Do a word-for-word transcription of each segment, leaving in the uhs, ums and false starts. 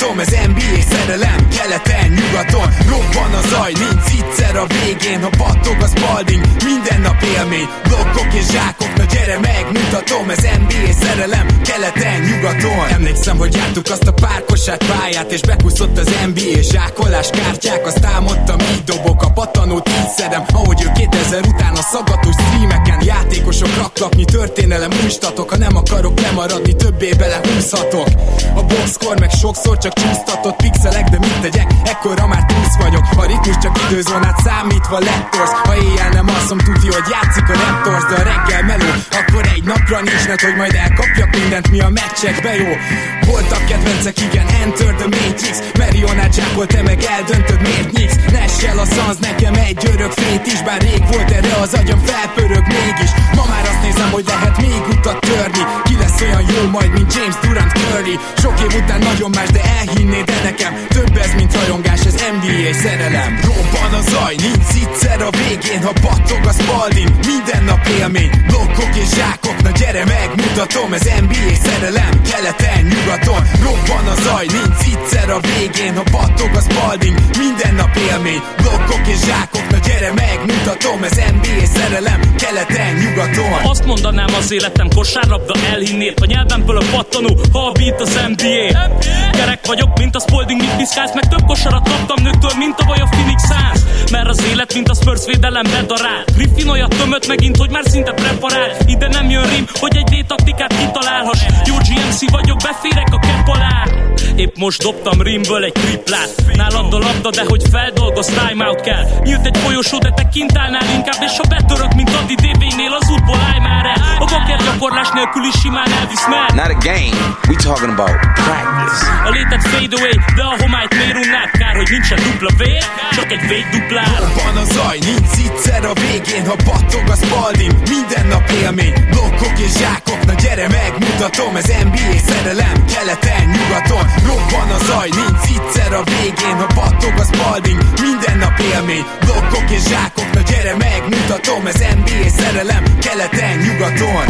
mutatom, ez en bé á szerelem, keleten, nyugaton. Robban a zaj, nincs egyszer a végén, ha battog a Spalding, minden nap élmény. Blokkok és zsákok, na gyere megmutatom, ez en bé á szerelem, keleten, nyugaton. Emlékszem, hogy jártuk azt a párkosát pályát, és bekúszott az en bé á zsákolás kártyák. Azt álmodtam, így dobok a patanót, így szedem, ahogy ő kétezer után a szaggatos streameken. Játékosok, raklapnyi, történelem, újstatok, ha nem akarok lemaradni, többé belehúzhatok. A boxkor meg sokszor csak csúsztatott pixelek, de mit tegyek, ekkora már túsz vagyok. A ritmus csak időzónát számítva lettorsz. Ha éjjel nem alszom, tudja, hogy játszik a Raptors, de a reggel meló, akkor egy napra nincs net, hogy majd elkapjak mindent, mi a meccsekbe jó. Voltak kedvencek, igen, Enter the Matrix. Marionát zsákol, te meg eldöntöd, miért nyíksz. Nessel a szansz, nekem egy örök fét is, bár rég volt erre az agyam, felpörög mégis. Ma már azt nézem, hogy lehet még utat törni. Ki lesz olyan jó majd, mint James Durant Curry. Sok év után nagyon más, de elhinnéd, de nekem több ez, mint rajongás, ez en bé á szerelem. Robban a zaj, nincs egyszer a végén, ha battog a Spalding, minden nap élmény. Blokkok és zsákok, na gyere megmutatom, ez en bé á szerelem, keleten, nyugaton. Robban a zaj, nincs egyszer a végén, ha battog a Spalding, minden nap élmény. Blokkok és zsákok, na gyere megmutatom, ez en bé á szerelem, keleten, nyugaton. Ha azt mondanám, az életem kosárlabda, elhinnéd, a nyelvemből a pattanó, ha a beat az en bé á. Gyerek vagyok, mint a Spalding, mit piszkálsz, meg több kosarat kaptam nőktől, mint a vaj a Phoenix Suns. Mert az élet, mint a Spurs védelem bedarál. Griffin olyat tömött megint, hogy már szinte preparál. Ide nem jön rím, hogy egy D-taktikát kitalálhass. Jó gé em cé vagyok, beférek a kepp alá. Épp most dobtam rimből egy triplát. Nálad a labda, de hogy feldolgoz, timeout kell. Nyílt egy folyosó, de te kint állnál inkább. És ha betörök, mint Adi dé vé-nél, az útból állj már el. A baker gyakorlás nélkül is simán elvisz már. Not a game, we talking about practice. A létet fade away, de a homályt miért unnád? Kár, hogy nincsen dupla V, csak egy V duplár. Robban a zaj, nincs egyszer a végén, ha battog a Spalding, minden nap élmény. Blokkok és zsákok, na gyere megmutatom, ez en bé á szerelem, keleten, nyugaton. Robban a zaj, nincs egyszer a végén, ha battog a Spalding, minden nap élmény. Blokkok és zsákok, na gyere megmutatom, ez en bé á szerelem, keleten, nyugaton.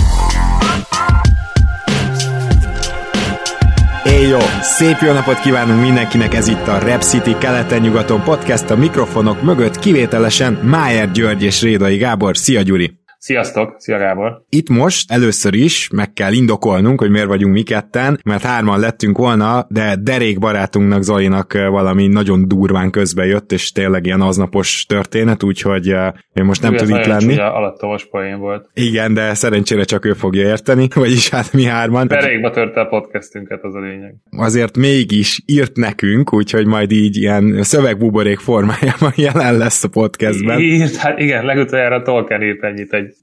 Éj jó! Szép jó napot kívánunk mindenkinek, ez itt a Rap City keleten-nyugaton podcast, a mikrofonok mögött kivételesen Májer György és Rédai Gábor. Szia Gyuri! Sziasztok! Szia Gábor! Itt most először is meg kell indokolnunk, hogy miért vagyunk mi ketten, mert hárman lettünk volna, de derék barátunknak, Zolinak valami nagyon durván közbe jött, és tényleg ilyen aznapos történet, úgyhogy ő most nem tud itt lenni. Alattomos poén volt. Igen, de szerencsére csak ő fogja érteni, vagyis hát mi hárman. Derékba törte a podcastünket, az a lényeg. Azért mégis írt nekünk, úgyhogy majd így ilyen szövegbuborék formájában jelen lesz a podcastben. Írt, hát igen, legutoljára Tolkien írt ennyit egy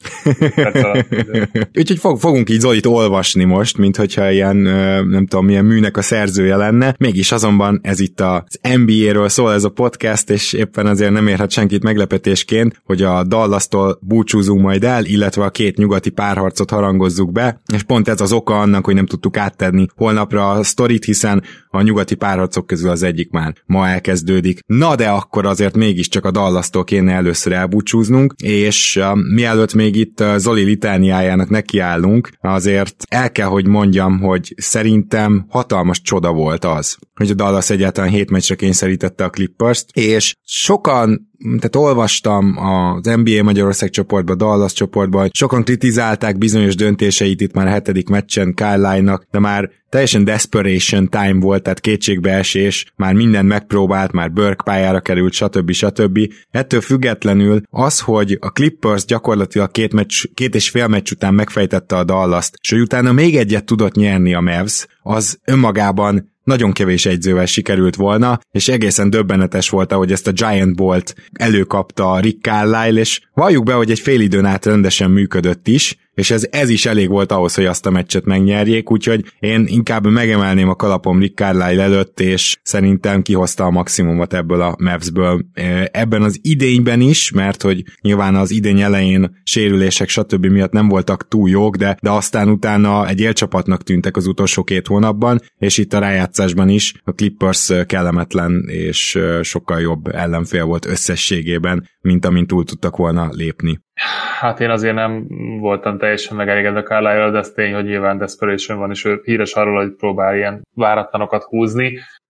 Úgyhogy fog, fogunk így Zolit olvasni most, mint hogyha ilyen, nem tudom, milyen műnek a szerzője lenne. Mégis azonban ez itt az en bé á-ről szól ez a podcast, és éppen azért nem érhet senkit meglepetésként, hogy a Dallastól búcsúzunk majd el, illetve a két nyugati párharcot harangozzuk be, és pont ez az oka annak, hogy nem tudtuk áttenni holnapra a sztorit, hiszen a nyugati párharcok közül az egyik már ma elkezdődik. Na de akkor azért mégiscsak a Dallastól kéne először elbúcsúznunk, és uh, mielőtt még itt uh, Zoli litániájának nekiállunk, azért el kell, hogy mondjam, hogy szerintem hatalmas csoda volt az, hogy a Dallas egyáltalán hét meccsre kényszerítette a Clippers-t, és sokan, tehát olvastam az en bé á Magyarország csoportban, Dallas csoportban, sokan kritizálták bizonyos döntéseit itt már a hetedik meccsen Kyle-nak, de már teljesen desperation time volt, tehát kétségbeesés, már mindent megpróbált, már Burke pályára került, stb. stb. Ettől függetlenül az, hogy a Clippers gyakorlatilag két, meccs, két és fél meccs után megfejtette a Dallast, és hogy utána még egyet tudott nyerni a Mavs, az önmagában nagyon kevés egyzővel sikerült volna, és egészen döbbenetes volt, ahogy ezt a Giant Ball-t előkapta Rick Carlisle, és valljuk be, hogy egy fél időn át rendesen működött is, és ez, ez is elég volt ahhoz, hogy azt a meccset megnyerjék, úgyhogy én inkább megemelném a kalapom Rick Carlisle előtt, és szerintem kihozta a maximumot ebből a Mavsből ebben az idényben is, mert hogy nyilván az idény elején sérülések stb. Miatt nem voltak túl jók, de, de aztán utána egy élcsapatnak tűntek az utolsó két hónapban, és itt a rájátszásban is a Clippers kellemetlen és sokkal jobb ellenfél volt összességében, mint amint túl tudtak volna lépni. Hát én azért nem voltam teljesen megelégedve Carlisle-ről, de ez tény, hogy nyilván desperation van, és ő híres arról, hogy próbál ilyen váratlanokat húzni.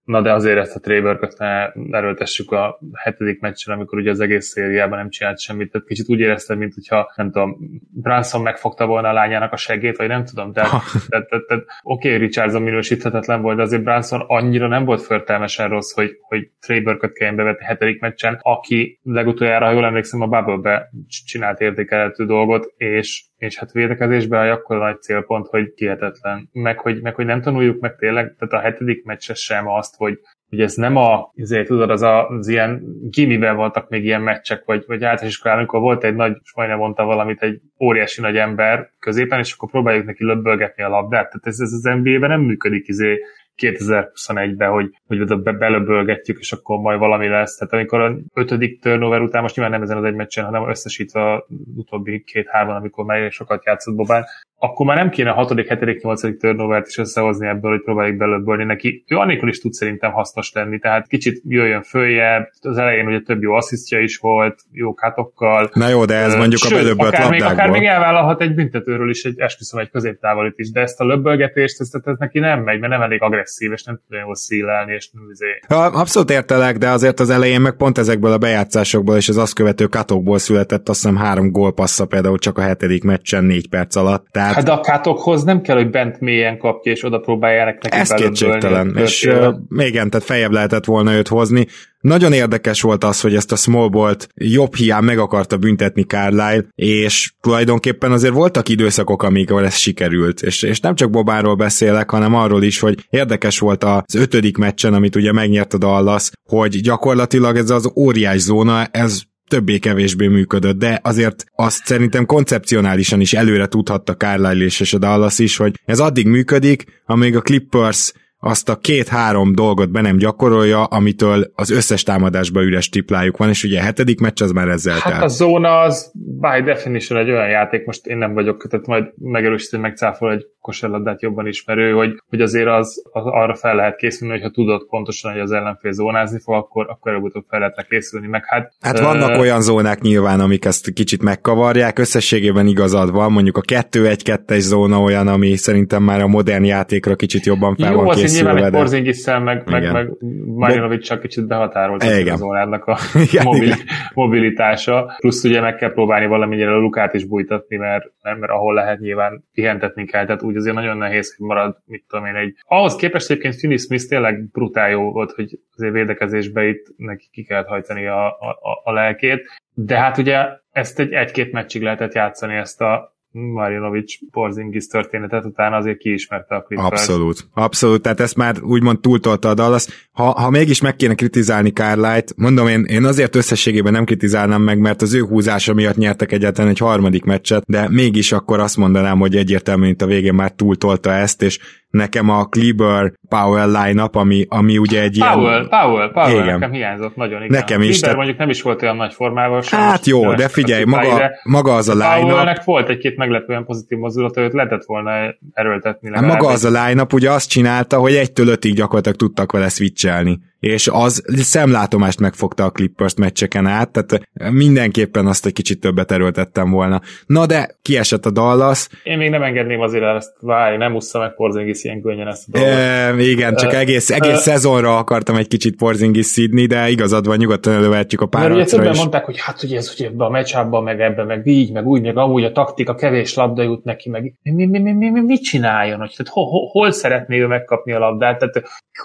Na de azért ezt a Trey Burke-ot ne erőltessük a hetedik meccsen, amikor ugye az egész szériában nem csinált semmit. Tehát kicsit úgy éreztem, mint hogyha, nem tudom, Brunson megfogta volna a lányának a seggét, vagy nem tudom. Tehát, tehát, tehát, tehát oké, okay, Richardson minősíthetetlen volt, de azért Brunson annyira nem volt förtelmesen rossz, hogy, hogy Trey Burke-ot kelljen bevetni hetedik meccsen, aki legutoljára, ha jól emlékszem, a Bubble-be csinált értékelhető dolgot, és és hát védekezésben akkor a nagy célpont, hogy hihetetlen. Meg hogy, meg, hogy nem tanuljuk meg tényleg, tehát a hetedik meccse sem azt, hogy, hogy ez nem a, azért tudod, az, a, az ilyen gimiben voltak még ilyen meccsek, vagy, vagy általános iskolán, amikor volt egy nagy, és majdnem mondta valamit, egy óriási nagy ember középen, és akkor próbáljuk neki löbbölgetni a labdát. Tehát ez, ez az en bé á-ben nem működik izé kétezer-huszonegyben, hogy, hogy belöbölgetjük, és akkor majd valami lesz. Tehát amikor az ötödik turnover után, most nyilván nem ezen az egy meccsen, hanem összesítve az utóbbi két-hárman, amikor már sokat játszott Bobán, akkor már nem kéne a hatodik, hetedik, nyolcadik turnovert is összehozni ebből, hogy próbáljuk belöbbölni neki. Ő annélkül is tud szerintem hasznos lenni, tehát kicsit jöjjön följebb, az elején ugye több jó asszisztja is volt, jó kátokkal. Na jó, de ez uh, mondjuk sőt, a belöbbölt akár labdákból. Még, akár még elvállalhat egy büntetőről is, egy esküszöm egy középtávolit is, de ezt a löbbölgetést, ezt, ezt neki nem megy, mert nem elég agresszív, és nem tudja jól szílelni, és nem azért. Abszolút értelek, de azért az elején meg pont ezekből a bejátszásokból és az azt követő katokból született azt hiszem három gólpassza például csak a hetedik meccsen négy perc alatt. Tehát... Hát a kátokhoz nem kell, hogy bent mélyen kapja, és oda próbálják neki ez kétségtelen, és uh, igen, tehát feljebb lehetett volna őt hozni. Nagyon érdekes volt az, hogy ezt a small ballt jobb hiány meg akarta büntetni Carlisle, és tulajdonképpen azért voltak időszakok, amikor ez sikerült, és, és nem csak Bobánról beszélek, hanem arról is, hogy érdekes volt az ötödik meccsen, amit ugye megnyert a Dallas, hogy gyakorlatilag ez az óriás zóna, ez többé-kevésbé működött, de azért azt szerintem koncepcionálisan is előre tudhatta Carlisle és a Dallas is, hogy ez addig működik, amíg a Clippers azt a két-három dolgot be nem gyakorolja, amitől az összes támadásban üres triplájuk van, és ugye a hetedik meccs az már ezzel hát telt. A zóna az by definition egy olyan játék, most én nem vagyok, tehát majd megerősíteni, megcáfol egy kosárlabdát jobban ismerő, hogy, hogy azért az, az arra fel lehet készülni, hogyha tudod pontosan, hogy az ellenfél zónázni fog, akkor, akkor előbb-utóbb fel lehet készülni, meg hát... Hát vannak uh, olyan zónák nyilván, amik ezt kicsit megkavarják, összességében igazad van, mondjuk a kettő egy kettes zóna olyan, ami szerintem már a modern játékra kicsit jobban fel van készülve. Nyilván egy Porzingisszel, meg, meg, meg Marjanovic csak kicsit behatárolt a zónádnak a igen, mobil, igen. mobilitása. Plusz ugye meg kell próbálni valamennyire a Lukát is bújtatni, mert, mert ahol lehet nyilván pihentetni kell, tehát úgy azért nagyon nehéz, hogy marad, mit tudom én, egy... Ahhoz képest egyébként Finney Smith tényleg brutál jó volt, hogy azért védekezésbe itt neki ki kellett hajtani a, a, a lelkét, de hát ugye ezt egy egy-két meccsig lehetett játszani, ezt a Marjanovic Porzingis történetet, utána azért kiismerte a Clippers. Abszolút, abszolút, tehát ezt már úgymond túltolta a Dallas. Ha, ha mégis meg kéne kritizálni Carlisle-t, mondom én, én azért összességében nem kritizálnám meg, mert az ő húzása miatt nyertek egyáltalán egy harmadik meccset, de mégis akkor azt mondanám, hogy egyértelműen itt a végén már túltolta ezt, és nekem a Kleber Powell line-up, ami, ami ugye egy Powell, ilyen... Powell, Powell, igen. Nekem hiányzott nagyon, igen. Nekem is. Kleber mondjuk nem is volt olyan nagy formával. Hát jó, de figyelj, maga, maga az a line-up... Powellnek volt egy-két meglepően pozitív mozdulat, őt lehetett volna erőltetni. Hát maga az a line-up ugye azt csinálta, hogy egytől ötig gyakorlatilag tudtak vele switchelni, és az szemlátomást megfogta a Clippers meccseken át, tehát mindenképpen azt egy kicsit többet erőltettem volna. Na de kiesett a Dallas. Én még nem engedném azért el ezt, várj, nem ussza meg Porzingis ilyen könnyen ezt a dolgot. E, igen, csak egész, egész e, szezonra akartam egy kicsit Porzingis szidni, de igazad van, nyugodtan elővehetjük a párharcra. Mert ugye többen mondták, hogy hát ugye ez ugye ebbe a meccsában, meg ebben, meg így, meg úgy, meg amúgy a taktika, kevés labda jut neki, meg mi, mi, mi, mi, mi, mit csináljon, hogy tehát hol, hol, hol szeretné ő megkapni a labdát, tehát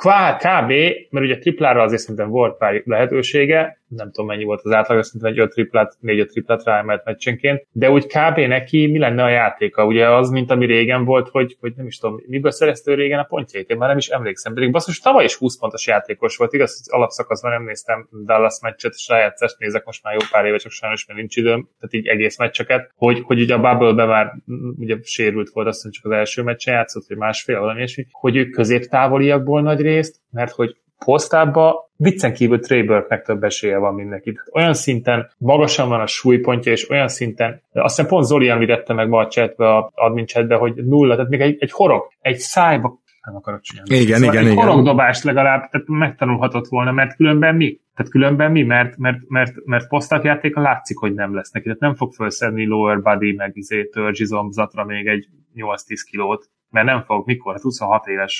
kb. Mert ugye triplára azért szerintem volt pár lehetősége, nem tudom mennyi volt az átlag, szerintem egy öt triplát, négy-öt triplát ráemelt meccsenként, de úgy kb. Neki mi lenne a játéka? Ugye az, mint ami régen volt, hogy, hogy nem is tudom, miből szerezte régen a pontjait, én már nem is emlékszem, pedig basszus, tavaly is húsz pontos játékos volt, igaz, hogy alapszakaszban nem néztem Dallas meccset, és rájátszást nézek most már jó pár éve, csak sajnos mert nincs időm, tehát így egész meccseket, hogy, hogy ugye a Bubble-ben már ugye sérült volt, azt mondjuk csak az első meccsen játszott, vagy másfél, valami ilyesmi, hogy ők középtávoliakból nagy részt, mert hogy posztában viccen kívül Trey Burke-nek több esélye van mindenki. Olyan szinten magasan van a súlypontja, és olyan szinten, azt hiszem pont Zoli említette meg ma a chatbe, a admin chatbe, hogy nulla, tehát még egy, egy horog, egy szájba, nem akarok csinálni. Igen, szóval igen, egy igen. horogdobást legalább tehát megtanulhatott volna, mert különben mi? Tehát különben mi? Mert, mert, mert, mert posztátjátéka látszik, hogy nem lesz neki. Tehát nem fog felszedni lower body, meg izé, törzsizomzatra még egy nyolc-tíz kilót, mert nem fog, mikor? Hát huszonhat éves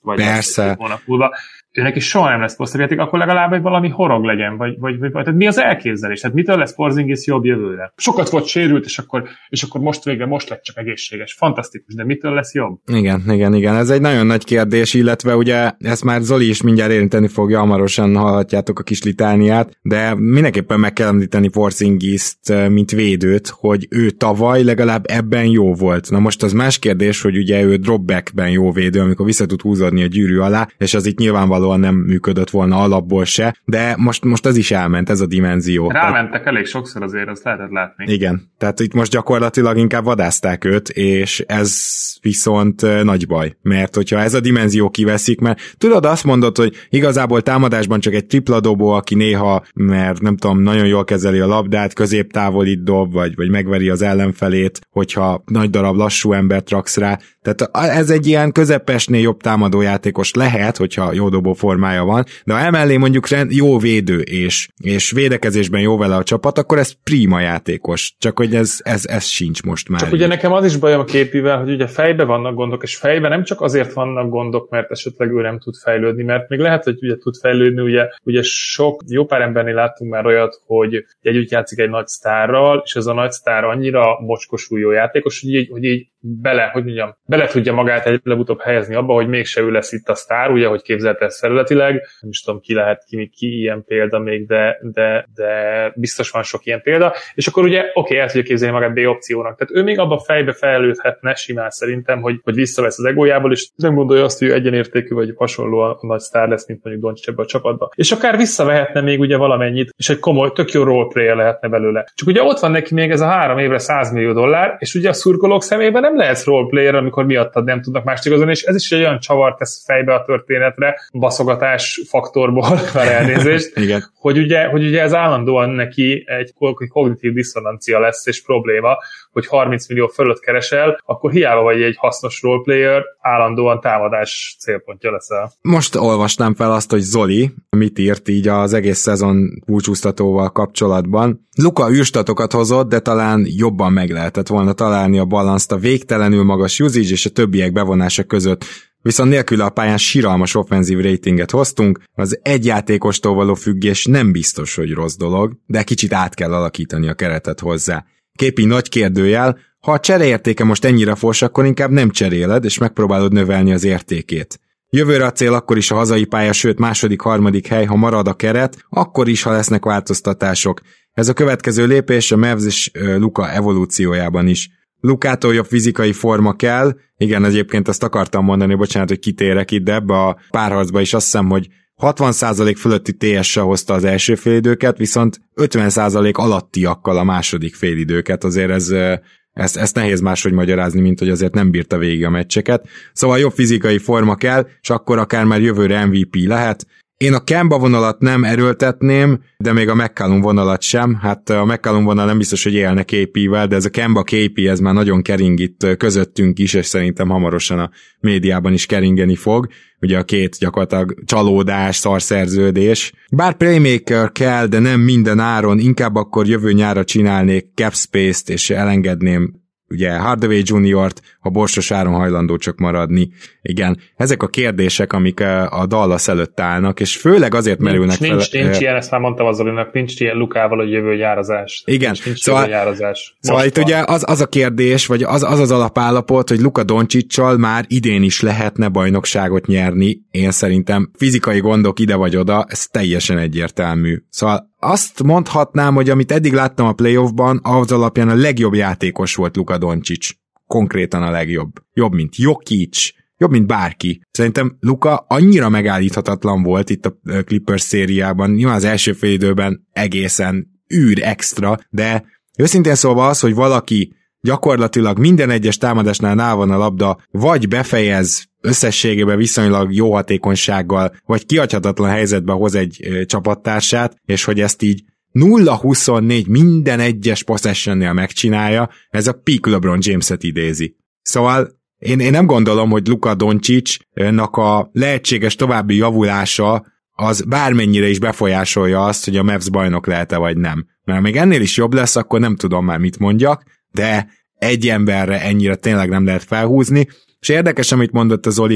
vagy persze. hónap múlva, őnek is soha nem lesz poszterjáték, akkor legalább egy valami horog legyen, vagy, vagy, vagy, vagy tehát mi az elképzelés? Tehát mitől lesz Porzingis jobb jövőre? Sokat volt sérült, és akkor, és akkor most végre, most lett csak egészséges. Fantasztikus, de mitől lesz jobb? Igen, igen, igen. Ez egy nagyon nagy kérdés, illetve ugye ezt már Zoli is mindjárt érinteni fogja, hamarosan hallhatjátok a kis litániát, de mindenképpen meg kell említeni Porzingist, mint védőt, hogy ő tavaly legalább ebben jó volt. Na most az más kérdés, hogy ugye ő dropbackben jó védő, amikor vissza tud húzódni a gyűrű alá, és az itt nyilvánvalóan nem működött volna alapból se, de most, most ez is elment, ez a dimenzió. Rámentek tehát, elég sokszor azért, azt lehetett látni. Igen, tehát itt most gyakorlatilag inkább vadázták őt, és ez viszont nagy baj, mert hogyha ez a dimenzió kiveszik, mert tudod, azt mondod, hogy igazából támadásban csak egy tripla dobó, aki néha, mert nem tudom, nagyon jól kezeli a labdát, középtávolit dob, vagy, vagy megveri az ellenfelét, hogyha nagy darab lassú embert raksz rá, tehát ez egy ilyen közepesnél jobb támadójátékos lehet, hogyha jó dobó formája van, de ha emellé mondjuk jó védő, és, és védekezésben jó vele a csapat, akkor ez prima játékos, csak hogy ez, ez, ez sincs most már. Csak ugye nekem az is bajom a képivel, hogy ugye fejben vannak gondok, és fejben nem csak azért vannak gondok, mert esetleg ő nem tud fejlődni, mert még lehet, hogy ugye tud fejlődni, ugye, ugye sok, jó pár embernél láttunk már olyat, hogy együtt játszik egy nagy sztárral, és ez a nagy sztár annyira mocskosú jó játékos, hogy így, hogy így bele, hogy mondjam, bele tudja magát előbb-utóbb helyezni abba, hogy mégse ő lesz itt a sztár, ugye, hogy képzelte ezt felületileg, nem is tudom, ki lehet, ki, ki ilyen példa még, de, de, de biztos van sok ilyen példa, és akkor ugye, oké, okay, el tudja képzelni magát B opciónak. Tehát ő még abba fejbe fejlődhetne simán szerintem, hogy, hogy visszavesz az egójából, és nem gondolja azt, hogy ő egyenértékű, vagy hasonlóan a nagy sztár lesz, mint mondjuk Doncic ebbe a csapatba. És akár visszavehetne még ugye valamennyit, és egy komoly, tök jó roleplayer lehetne belőle. Csak ugye ott van neki még ez a három évre száz millió dollár, és ugye a szurkolók szemében nem lehetsz roleplayer, amikor miattad nem tudnak mást igazolni, és ez is egy olyan csavart tesz fejbe a történetre, baszogatás faktorból, már elnézést, hogy, ugye, hogy ugye ez állandóan neki egy kognitív diszonancia lesz, és probléma, hogy harminc millió fölött keresel, akkor hiába vagy egy hasznos roleplayer, állandóan támadás célpontja leszel. Most olvasnám fel azt, hogy Zoli mit írt így az egész szezon búcsúztatóval kapcsolatban. Luka űrstatokat hozott, de talán jobban meg lehetett volna találni a balanszt a végtelenül magas usage és a többiek bevonása között. Viszont nélkül a pályán siralmas offenzív ratinget hoztunk, az egy játékostól való függés nem biztos, hogy rossz dolog, de kicsit át kell alakítani a keretet hozzá. Képi nagy kérdőjel, ha a csereértéke most ennyire fos, akkor inkább nem cseréled, és megpróbálod növelni az értékét. Jövőre a cél akkor is a hazai pálya, sőt második, harmadik hely, ha marad a keret, akkor is, ha lesznek változtatások. Ez a következő lépés a Mavs és Luka evolúciójában is. Lukától jobb fizikai forma kell, igen, egyébként ezt akartam mondani, bocsánat, hogy kitérek itt, de ebbe a párharcba is azt hiszem, hogy hatvan százalék fölötti té es-sel hozta az első félidőket, viszont ötven százalék alattiakkal a második félidőket, azért ez, ezt, ezt nehéz máshogy magyarázni, mint hogy azért nem bírta végig a meccseket. Szóval jobb fizikai forma kell, és akkor akár már jövőre em vé pé lehet. Én a Kemba vonalat nem erőltetném, de még a McCallum vonalat sem. Hát a McCallum vonal nem biztos, hogy élne ká pé-vel, de ez a Kemba ká pé, ez már nagyon kering itt közöttünk is, és szerintem hamarosan a médiában is keringeni fog. Ugye a két gyakorlatilag csalódás, szarszerződés. Bár playmaker kell, de nem minden áron, inkább akkor jövő nyára csinálnék cap space-t, és elengedném ugye Hardaway juniort, ha borsos áron hajlandó csak maradni. Igen, ezek a kérdések, amik a Dallas előtt állnak, és főleg azért merülnek nincs, fel. Nincs, nincs ilyen, ezt már mondtam az Zolinak, nincs ilyen Lukával a jövő nyárazás. Igen, nincs, nincs szóval, nyárazás. szóval itt ugye az, az a kérdés, vagy az az, az alapállapot, hogy Luka Doncsicsal már idén is lehetne bajnokságot nyerni. Én szerintem fizikai gondok ide vagy oda, ez teljesen egyértelmű. Szóval azt mondhatnám, hogy amit eddig láttam a playoffban, az alapján a legjobb játékos volt Luka Doncic. Konkrétan a legjobb. Jobb, mint Jokic, jobb, mint bárki. Szerintem Luka annyira megállíthatatlan volt itt a Clippers szériában, nyilván az első fél időben egészen űr extra, de őszintén szólva az, hogy valaki gyakorlatilag minden egyes támadásnál nál van a labda, vagy befejez összességében viszonylag jó hatékonysággal, vagy kihagyhatatlan helyzetbe hoz egy ö, csapattársát, és hogy ezt így nulla huszonnégy minden egyes possessionnél megcsinálja, ez a peak LeBron James-et idézi. Szóval én, én nem gondolom, hogy Luka Doncicnak a lehetséges további javulása az bármennyire is befolyásolja azt, hogy a Mavs bajnok lehet-e vagy nem. Mert még ennél is jobb lesz, akkor nem tudom már mit mondjak, de egy emberre ennyire tényleg nem lehet felhúzni, és érdekes, amit mondott a Zoli, hogy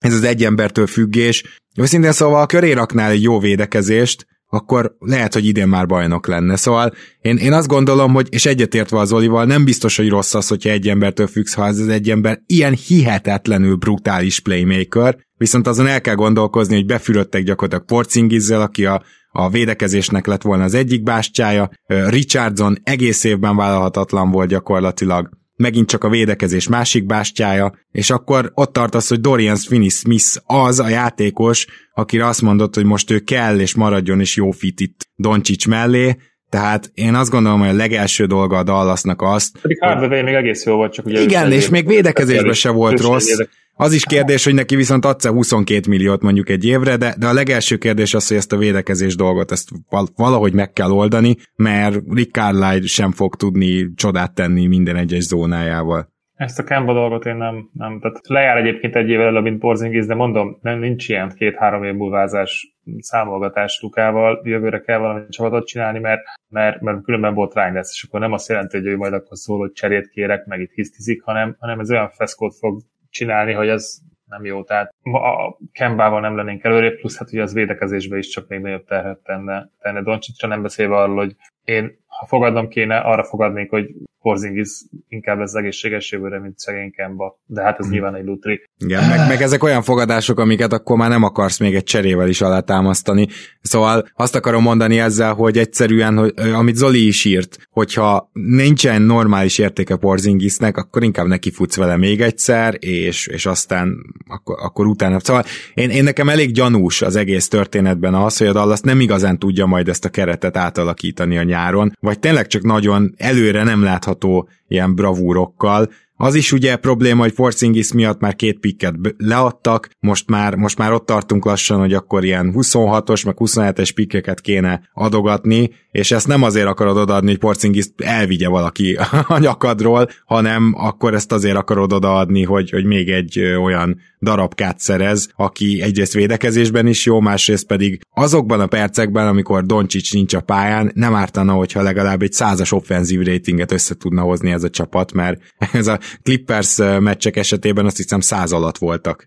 ez az egy embertől függés. Őszintén szóval, ha köré raknál egy jó védekezést, akkor lehet, hogy idén már bajnok lenne. Szóval én, én azt gondolom, hogy, és egyetértve az Olival, nem biztos, hogy rossz az, hogyha egy embertől függsz, ha ez az egy ember ilyen hihetetlenül brutális playmaker, viszont azon el kell gondolkozni, hogy befürödtek gyakorlatilag Porzingisszel, aki a, a védekezésnek lett volna az egyik bástyája, Richardson egész évben vállalhatatlan volt gyakorlatilag, megint csak a védekezés másik bástyája, és akkor ott tartasz, hogy Dorian Finney-Smith az a játékos, akire azt mondod, hogy most ő kell és maradjon és jó fit itt Doncic mellé, tehát én azt gondolom, hogy a legelső dolga a Dallasnak azt... Pedig Hardaway még egész jó volt, csak ugye... Igen, és még védekezésben se volt rossz. Az is kérdés, hogy neki viszont adsz-e huszonkét milliót mondjuk egy évre, de, de a legelső kérdés az, hogy ezt a védekezés dolgot ezt valahogy meg kell oldani, mert Rick Carlisle sem fog tudni csodát tenni minden egyes zónájával. Ezt a Kemba dolgot én nem, nem, tehát lejár egyébként egy évvel előbb, mint Porzingis, de mondom, nem, nincs ilyen két-három év múlvázás számolgatás Lukával, jövőre kell valami csapatot csinálni, mert, mert, mert különben volt rány lesz, és akkor nem azt jelenti, hogy ő majd akkor szól, hogy cserét kérek, meg itt hisztizik, hanem, hanem ez olyan feszkót fog csinálni, hogy az nem jó. Tehát a Kembával nem lennénk előrébb, plusz hát ugye az védekezésbe is csak még nagyobb terhet tenne, tenne Doncsicsra, nem beszélve arról, hogy én, ha fogadnom kéne, arra fogadnék, hogy Porzingis inkább lesz egészséges jövőre, mint szegény Kemba. De hát ez hmm. nyilván egy lutri. Igen, meg, meg ezek olyan fogadások, amiket akkor már nem akarsz még egy cserével is alátámasztani. Szóval azt akarom mondani ezzel, hogy egyszerűen, hogy, amit Zoli is írt, hogyha nincsen normális értéke Porzingisnek, akkor inkább neki futsz vele még egyszer, és, és aztán akkor, akkor utána. Szóval én, én nekem elég gyanús az egész történetben az, hogy a Dallas nem igazán tudja majd ezt a keretet átalakítani a nyáron, vagy tényleg csak nagyon előre nem látható ilyen bravúrokkal. Az is ugye probléma, hogy Porzingis miatt már két pikket leadtak, most már, most már ott tartunk lassan, hogy akkor ilyen huszonhatos, meg huszonhetes pikkeket kéne adogatni, és ezt nem azért akarod odaadni, hogy Porzingis elvigye valaki a nyakadról, hanem akkor ezt azért akarod odaadni, hogy, hogy még egy olyan darabkát szerez, aki egyrészt védekezésben is jó, másrészt pedig azokban a percekben, amikor Doncic nincs a pályán, nem ártana, hogyha legalább egy százas offenzív ratinget össze tudna hozni ez a csapat, mert ez a Clippers meccsek esetében azt hiszem száz alatt voltak.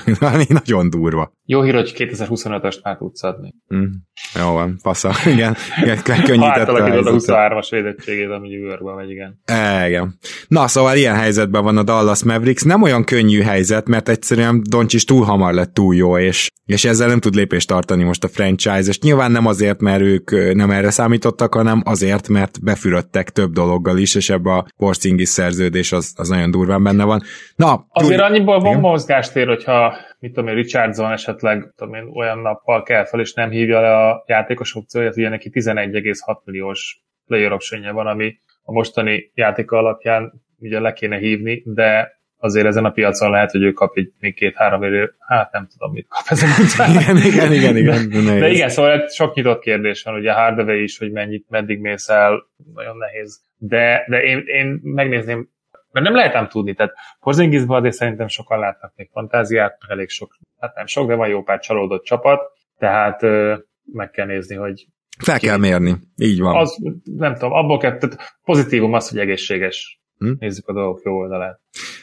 Nagyon durva. Jó hír, hogy kétezer-huszonötöst már tudsz adni. Mm. Jó van, passza. Igen, igen könnyített a átalakítod a huszonhármas védettségét, ami New Yorkban megy, igen. E, igen. Na, szóval ilyen helyzetben van a Dallas Mavericks. Nem olyan könnyű helyzet, mert egyszerűen Doncic túl hamar lett túl jó, és, és ezzel nem tud lépést tartani most a franchise, és nyilván nem azért, mert ők nem erre számítottak, hanem azért, mert befürödtek több dologgal is, és ebbe a Porzingis szerződés az, az nagyon durván benne van. Na, azért túl... annyiból van mozgástér, hogyha mit tudom én, Richardson esetleg tudom én, olyan nappal kell fel, és nem hívja le a játékos opcióját, ugye neki tizenegy egész hat milliós player optionje van, ami a mostani játéka alapján ugye le kéne hívni, de azért ezen a piacon lehet, hogy ő kap egy még két-három érő, hát nem tudom, mit kap ezen után. Igen, igen, igen, igen. De, de igen, szóval sok nyitott kérdés van, ugye Hardaway is, hogy mennyit, meddig mész el, nagyon nehéz. De, de én, én megnézném, mert nem lehet ám tudni, tehát Porzingisban azért szerintem sokan látnak még fantáziát, elég sok, hát nem sok, de van jó pár csalódott csapat, tehát ö, meg kell nézni, hogy fel kell mérni, így van. Az, nem tudom, abból kell, tehát pozitívum az, hogy egészséges. Hm? Nézzük a dolgok jó oldalát.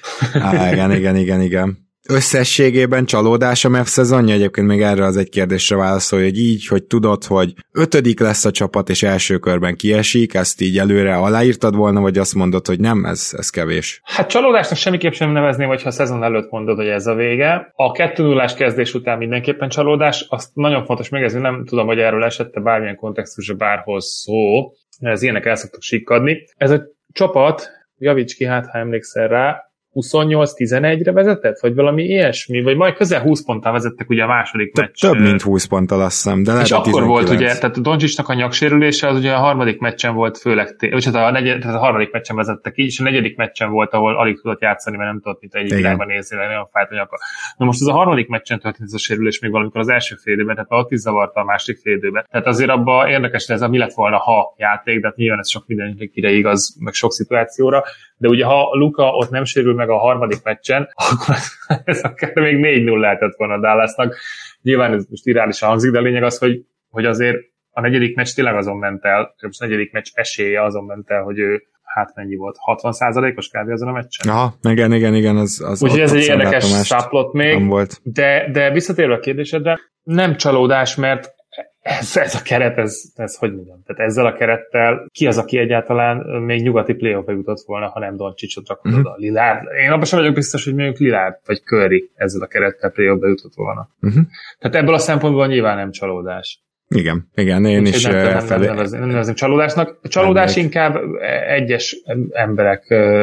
Á, igen, igen, igen, igen. Összességében csalódás a Mavs szezonja? Egyébként még erre az egy kérdésre válaszolj, hogy így, hogy tudod, hogy ötödik lesz a csapat, és első körben kiesik, ezt így előre aláírtad volna, vagy azt mondod, hogy nem, ez, ez kevés? Hát csalódásnak semmiképp sem nevezném, hogyha a szezon előtt mondod, hogy ez a vége. A kettő nullás kezdés után mindenképpen csalódás, azt nagyon fontos megezni, nem tudom, hogy erről esette bármilyen kontextusra bárhol szó, ez ilyenek el szoktak sikkadni. Ez a csapat, javíts ki, hát ha emlékszel rá, huszonnyolc tizenegyre vezetett? Vagy valami ilyesmi? Vagy majd közel húsz ponttal vezettek ugye a második meccs. Több mint húsz ponttal, azt hiszem. De és akkor volt ugye, tehát a Doncsicsnak a nyaksérülése az ugye a harmadik meccsen volt főleg, vagy hát a, negyed, tehát a harmadik meccsen vezettek így, és a negyedik meccsen volt, ahol alig tudott játszani, mert nem tudott mit egy irányba nézni, de nagyon fájt a nyaka. Na most az a harmadik meccsen történt ez a sérülés még valamikor az első fél időben, tehát ott is zavarta a második fél időben. Tehát azért abban érdekes, ez a mi lett volna, ha játék, de hát nyilván ez sok mindenkire igaz, meg sok szituációra. De ugye ha Luka ott nem sérül meg a harmadik meccsen, akkor ez akár még négy null lehetett volna a Dallasnak. Nyilván ez most irálisan hangzik, de a lényeg az, hogy, hogy azért a negyedik meccs tényleg azon ment el, a negyedik meccs esélye azon ment el, hogy ő hát mennyi volt, hatvan százalékos kb. Azon a meccsen. Aha, igen, igen, igen, az, az úgyhogy ez egy érdekes száplot még, volt. De, de visszatérve a kérdésedre, nem csalódás, mert ez, ez a keret, ez, ez hogy mondjam, tehát ezzel a kerettel ki az, aki egyáltalán még nyugati playoff-ba jutott volna, ha nem Doncsicsot rakod uh-huh. oda, Lillard. Én abban sem vagyok biztos, hogy mondjuk Lillard vagy Curry ezzel a kerettel playoff-ba jutott volna. Uh-huh. Tehát ebből a szempontból nyilván nem csalódás. Igen, igen, én is nem, nem, nem, nem, nem nevezem csalódásnak. A csalódás nem inkább egyes emberek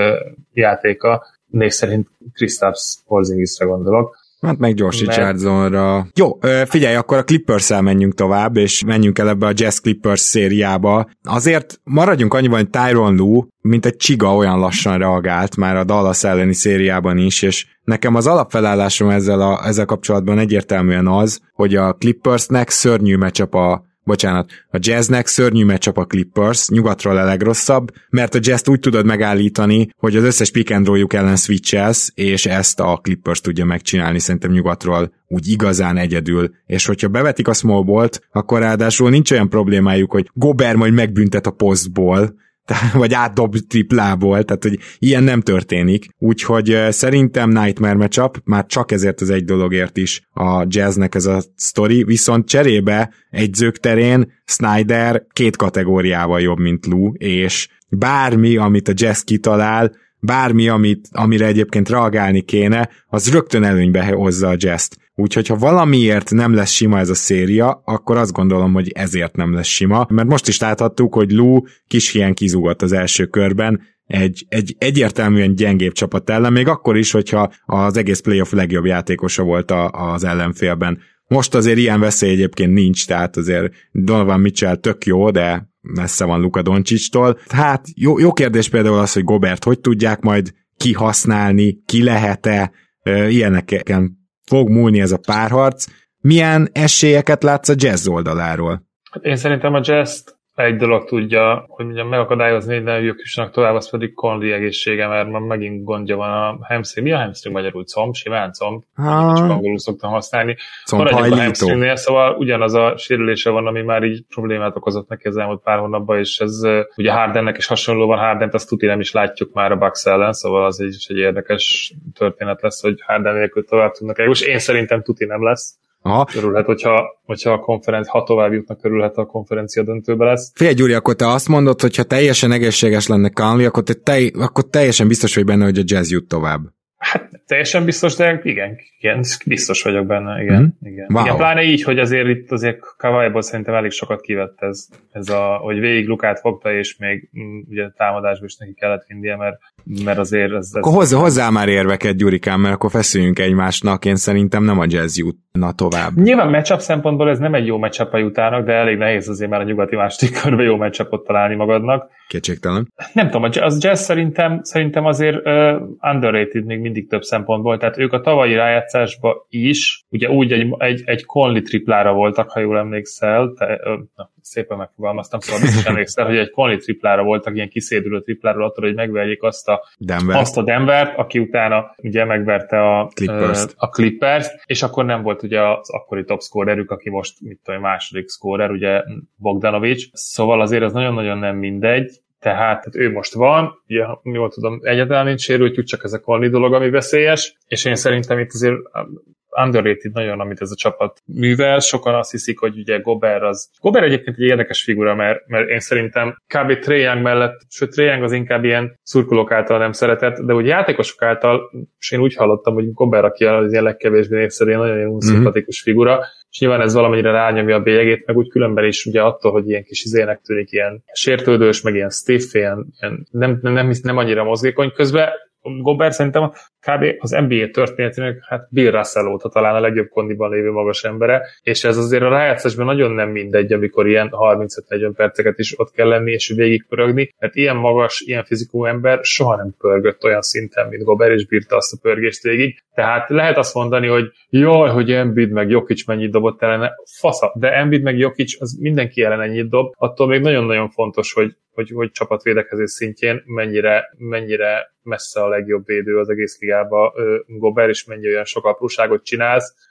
játéka, név szerint Kristaps Porzingisra gondolok. Hát meg Josh Richardsonra. Jó, figyelj, akkor a Clippers-el menjünk tovább, és menjünk el ebbe a Jazz Clippers szériába. Azért maradjunk annyiban, hogy Tyronn Lue, mint egy csiga, olyan lassan reagált már a Dallas elleni szériában is, és nekem az alapfelállásom ezzel, a, ezzel kapcsolatban egyértelműen az, hogy a Clippersnek szörnyű matchup a bocsánat, a Jazznek szörnyű matchup a Clippers, nyugatról a legrosszabb, mert a Jazz-t úgy tudod megállítani, hogy az összes pick and roll-juk ellen switchelsz, és ezt a Clippers tudja megcsinálni szerintem nyugatról úgy igazán egyedül. És hogyha bevetik a small ballt, akkor ráadásul nincs olyan problémájuk, hogy Gobert majd megbüntet a posztból, vagy átdob triplából, tehát hogy ilyen nem történik. Úgyhogy szerintem nightmare matchup, már csak ezért az egy dologért is a Jazznek ez a sztori, viszont cserébe egyzők terén Snyder két kategóriával jobb, mint Lue, és bármi, amit a Jazz kitalál, bármi, amit, amire egyébként reagálni kéne, az rögtön előnybe hozza a Jazz-t. Úgyhogy ha valamiért nem lesz sima ez a széria, akkor azt gondolom, hogy ezért nem lesz sima, mert most is láthattuk, hogy Lue kis hiány kizúgott az első körben egy, egy egyértelműen gyengébb csapat ellen, még akkor is, hogyha az egész playoff legjobb játékosa volt a, az ellenfélben. Most azért ilyen veszély egyébként nincs, tehát azért Donovan Mitchell tök jó, de messze van Luka Doncsichtól. Hát jó, jó kérdés például az, hogy Gobert hogy tudják majd kihasználni, ki lehet-e, ilyeneken fog múlni ez a párharc. Milyen esélyeket látsz a Jazz oldaláról? Én szerintem a Jazz-t egy dolog tudja, hogy mondjam, megakadályozni, hogy ne jussanak tovább, az pedig Conley egészsége, mert már megint gondja van a hamstring. Mi a hamstring magyarul? Comb? Simán comb? Ha. Csak angolul szoktam használni. Maradjunk a hamstringnél, szóval ugyanaz a sérülése van, ami már így problémát okozott neki az elmúlt pár hónapban, és ez ugye Hardennek is hasonló van, Hardent azt tuti nem is látjuk már a Bucks ellen, szóval az egy, egy érdekes történet lesz, hogy Harden nélkül tovább tudnak el. Most én szerintem tuti nem lesz. Aha. Örülhet, hogyha, hogyha a konferencia, ha tovább jutnak, örülhet, a konferencia döntőbe lesz. Figyelj, Gyuri, akkor te azt mondod, hogy ha teljesen egészséges lenne Conley, akkor, te tej, akkor teljesen biztos vagy benne, hogy a Jazz jut tovább. Hát teljesen biztos, de igen, igen biztos vagyok benne, igen. Mm. igen. Wow. igen. Pláne így, hogy azért itt azért Kawhiból szerintem elég sokat kivett ez, ez a, hogy végig Lukát fogta, és még m, ugye támadásban is neki kellett vinnie, mert, mert azért ez... Akkor ez hozzá, hozzá már érveket, Gyurikám, mert akkor feszüljünk egymásnak, én szerintem nem a Jazz jutna tovább. Nyilván matchup szempontból ez nem egy jó matchup a jutának, de elég nehéz azért már a nyugati második körbe jó matchupot találni magadnak. Kétségtelen. Nem tudom, az Jazz szerintem, szerintem azért uh, underrated még mindig több szempontból, tehát ők a tavalyi rájátszásban is, ugye úgy egy, egy, egy Conley triplára voltak, ha jól emlékszel, te, uh, na, szépen megfogalmaztam, szóval biztos emlékszel, hogy egy Conley triplára voltak, ilyen kiszédülő tripláról attól, hogy megverjék azt a, Denver. azt a Denvert, aki utána ugye megverte a Clippers-t. Uh, a Clippers-t, és akkor nem volt ugye az akkori top scorerük, aki most mit tudom, második scorer, ugye Bogdanovics, szóval azért az nagyon-nagyon nem mindegy. Tehát, tehát ő most van, ugye, jól tudom, egyáltalán nincs sérült, csak ez a Conley dolog, ami veszélyes, és én szerintem itt azért underrated nagyon, amit ez a csapat művel. Sokan azt hiszik, hogy ugye Gobert az... Gobert egyébként egy érdekes figura, mert, mert én szerintem kb. Trae Young mellett, sőt Trae Young az inkább ilyen szurkolók által nem szeretett, de úgy játékosok által, és én úgy hallottam, hogy Gobert, aki az ilyen legkevésbé népszerű, nagyon ilyen szimpatikus mm-hmm. figura, és nyilván ez valamennyire rányomja a bélyegét, meg úgy különben is ugye attól, hogy ilyen kis izének tűnik, ilyen sértődős, meg ilyen stiff, ilyen, ilyen nem, nem, nem, nem annyira mozgékony közben. Gobert szerintem kb. Az en bé á történetének hát Bill Russell óta talán a legjobb kondiban lévő magas embere, és ez azért a rájátszásban nagyon nem mindegy, amikor ilyen harmincöt-negyven perceket is ott kell lenni, és végig pörögni, mert ilyen magas, ilyen fizikú ember soha nem pörgött olyan szinten, mint Gobert, és bírta azt a pörgést végig. Tehát lehet azt mondani, hogy jaj, hogy Embiid meg Jokic mennyit dobott ellene, fasza, de Embiid meg Jokic az mindenki ellen ennyit dob, attól még nagyon-nagyon fontos, hogy hogy, hogy csapatvédekezés szintjén mennyire, mennyire messze a legjobb védő az egész ligában Gobert, és mennyi olyan sok apróságot csinálsz,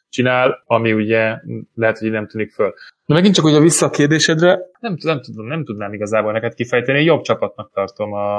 csinál, ami ugye lehet, hogy nem tűnik föl. De megint csak ugye vissza a kérdésedre, nem, nem, tudom, nem tudnám igazából neked kifejteni, jobb csapatnak tartom a,